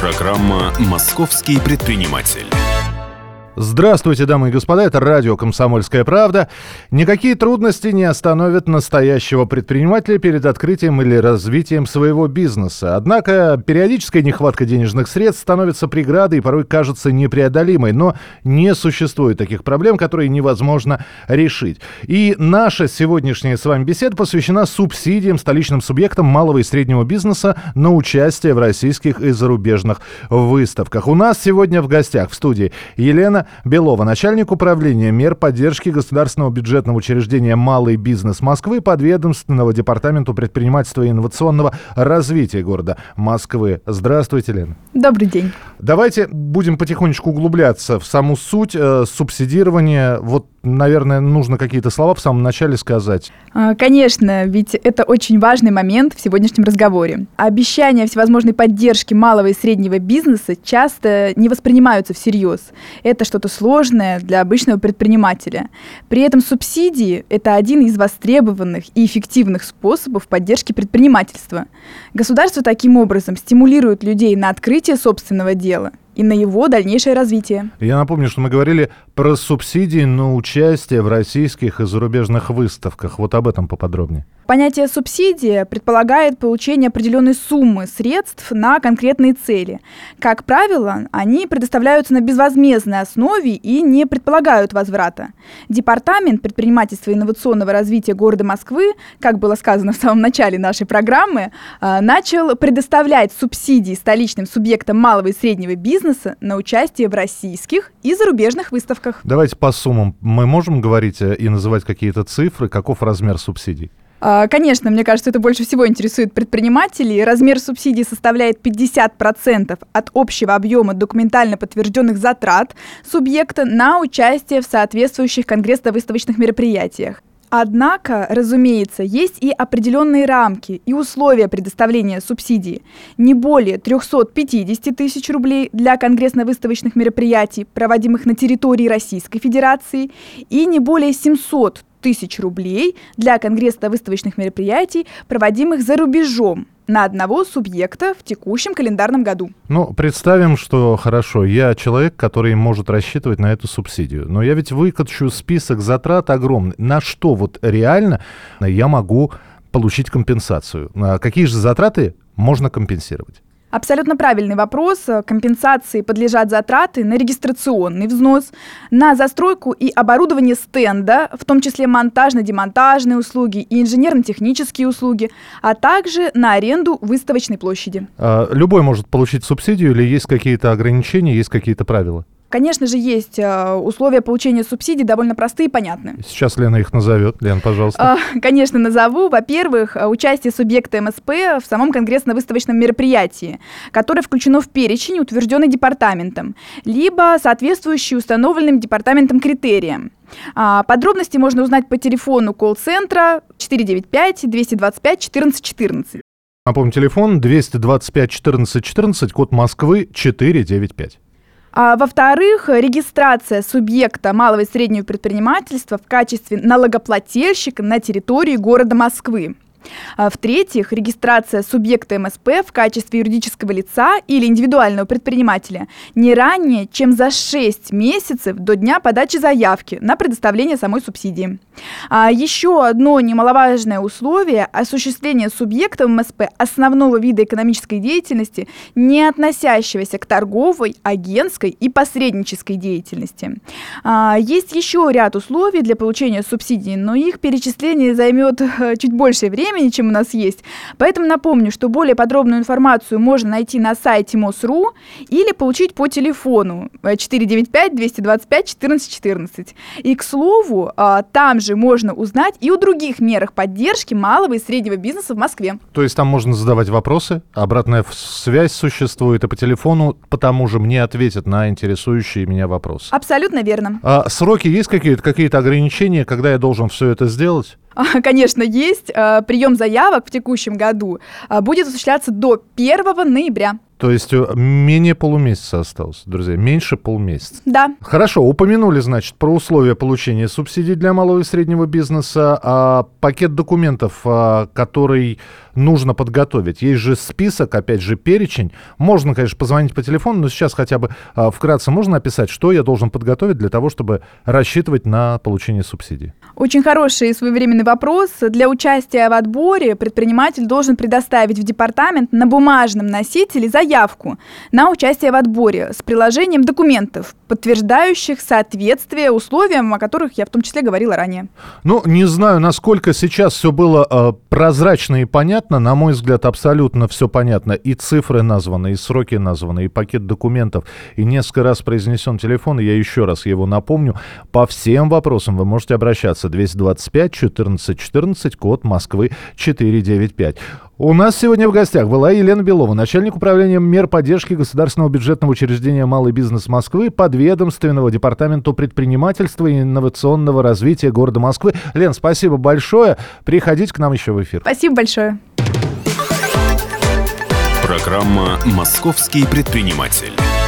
Программа «Московский предприниматель». Здравствуйте, дамы и господа, это радио «Комсомольская правда». Никакие трудности не остановят настоящего предпринимателя перед открытием или развитием своего бизнеса. Однако периодическая нехватка денежных средств становится преградой и порой кажется непреодолимой. Но не существует таких проблем, которые невозможно решить. И наша сегодняшняя с вами беседа посвящена субсидиям столичным субъектам малого и среднего бизнеса на участие в российских и зарубежных выставках. У нас сегодня в гостях в студии Елена Белова, начальник управления мер поддержки государственного бюджетного учреждения «Малый бизнес Москвы», подведомственного департаменту предпринимательства и инновационного развития города Москвы. Здравствуйте, Лена. Добрый день. Давайте будем потихонечку углубляться в саму суть субсидирования. Вот, наверное, нужно какие-то слова в самом начале сказать. Конечно, ведь это очень важный момент в сегодняшнем разговоре. Обещания всевозможной поддержки малого и среднего бизнеса часто не воспринимаются всерьез. Это что-то сложное для обычного предпринимателя. При этом субсидии – это один из востребованных и эффективных способов поддержки предпринимательства. Государство таким образом стимулирует людей на открытие собственного дела и на его дальнейшее развитие. Я напомню, что мы говорили про субсидии на участие в российских и зарубежных выставках. Вот об этом поподробнее. Понятие «субсидия» предполагает получение определенной суммы средств на конкретные цели. Как правило, они предоставляются на безвозмездной основе и не предполагают возврата. Департамент предпринимательства и инновационного развития города Москвы, как было сказано в самом начале нашей программы, начал предоставлять субсидии столичным субъектам малого и среднего бизнеса на участие в российских и зарубежных выставках. Давайте по суммам. Мы можем говорить и называть какие-то цифры, каков размер субсидий? Конечно, мне кажется, это больше всего интересует предпринимателей. Размер субсидий составляет 50% от общего объема документально подтвержденных затрат субъекта на участие в соответствующих конгрессно-выставочных мероприятиях. Однако, разумеется, есть и определенные рамки и условия предоставления субсидий. Не более 350 тысяч рублей для конгрессно-выставочных мероприятий, проводимых на территории Российской Федерации, и не более 700 тысяч рублей для конгрессно-выставочных мероприятий, проводимых за рубежом, на одного субъекта в текущем календарном году. Ну, представим, что хорошо, я человек, который может рассчитывать на эту субсидию, но я ведь выкачу список затрат огромный. На что вот реально я могу получить компенсацию? Какие же затраты можно компенсировать? Абсолютно правильный вопрос. Компенсации подлежат затраты на регистрационный взнос, на застройку и оборудование стенда, в том числе монтажно-демонтажные услуги и инженерно-технические услуги, а также на аренду выставочной площади. Любой может получить субсидию или есть какие-то ограничения, есть какие-то правила? Конечно же, есть условия получения субсидий довольно простые и понятные. Сейчас Лена их назовет. Лен, пожалуйста. Конечно, назову. Во-первых, участие субъекта МСП в самом конгрессно-выставочном мероприятии, которое включено в перечень, утвержденный департаментом, либо соответствующий установленным департаментом критериям. Подробности можно узнать по телефону колл-центра 495-225-1414. Напомню, телефон 225-1414, код Москвы 495. Во-вторых, регистрация субъекта малого и среднего предпринимательства в качестве налогоплательщика на территории города Москвы. В-третьих, регистрация субъекта МСП в качестве юридического лица или индивидуального предпринимателя не ранее, чем за 6 месяцев до дня подачи заявки на предоставление самой субсидии. Еще одно немаловажное условие – осуществление субъектом МСП основного вида экономической деятельности, не относящегося к торговой, агентской и посреднической деятельности. Есть еще ряд условий для получения субсидий, но их перечисление займет чуть больше времени, чем у нас есть. Поэтому напомню, что более подробную информацию можно найти на сайте МОС.ру или получить по телефону 495-225-1414. И, к слову, там же можно узнать и о других мерах поддержки малого и среднего бизнеса в Москве. То есть там можно задавать вопросы, обратная связь существует, и по телефону потому же мне ответят на интересующие меня вопросы. Абсолютно верно. Сроки есть какие-то ограничения, когда я должен все это сделать? Конечно, есть. Прием заявок в текущем году будет осуществляться до 1 ноября. То есть менее полумесяца осталось, друзья, меньше полмесяца. Да. Хорошо, упомянули, значит, про условия получения субсидий для малого и среднего бизнеса. Пакет документов, который нужно подготовить. Есть же список, опять же, перечень. Можно, конечно, позвонить по телефону, но сейчас хотя бы вкратце можно описать, что я должен подготовить для того, чтобы рассчитывать на получение субсидий. Очень хороший и своевременный вопрос. Для участия в отборе предприниматель должен предоставить в департамент на бумажном носителе заявку на участие в отборе с приложением документов, подтверждающих соответствие условиям, о которых я в том числе говорила ранее. Ну, не знаю, насколько сейчас все было прозрачно и понятно. На мой взгляд, абсолютно все понятно. И цифры названы, и сроки названы, и пакет документов, и несколько раз произнесен телефон, и я еще раз его напомню. По всем вопросам вы можете обращаться. 225 14 14, код Москвы 495. У нас сегодня в гостях была Елена Белова, начальник управления мер поддержки государственного бюджетного учреждения «Малый бизнес Москвы», подведомственного департаменту предпринимательства и инновационного развития города Москвы. Лен, спасибо большое. Приходите к нам еще в эфир. Спасибо большое. Программа «Московский предприниматель».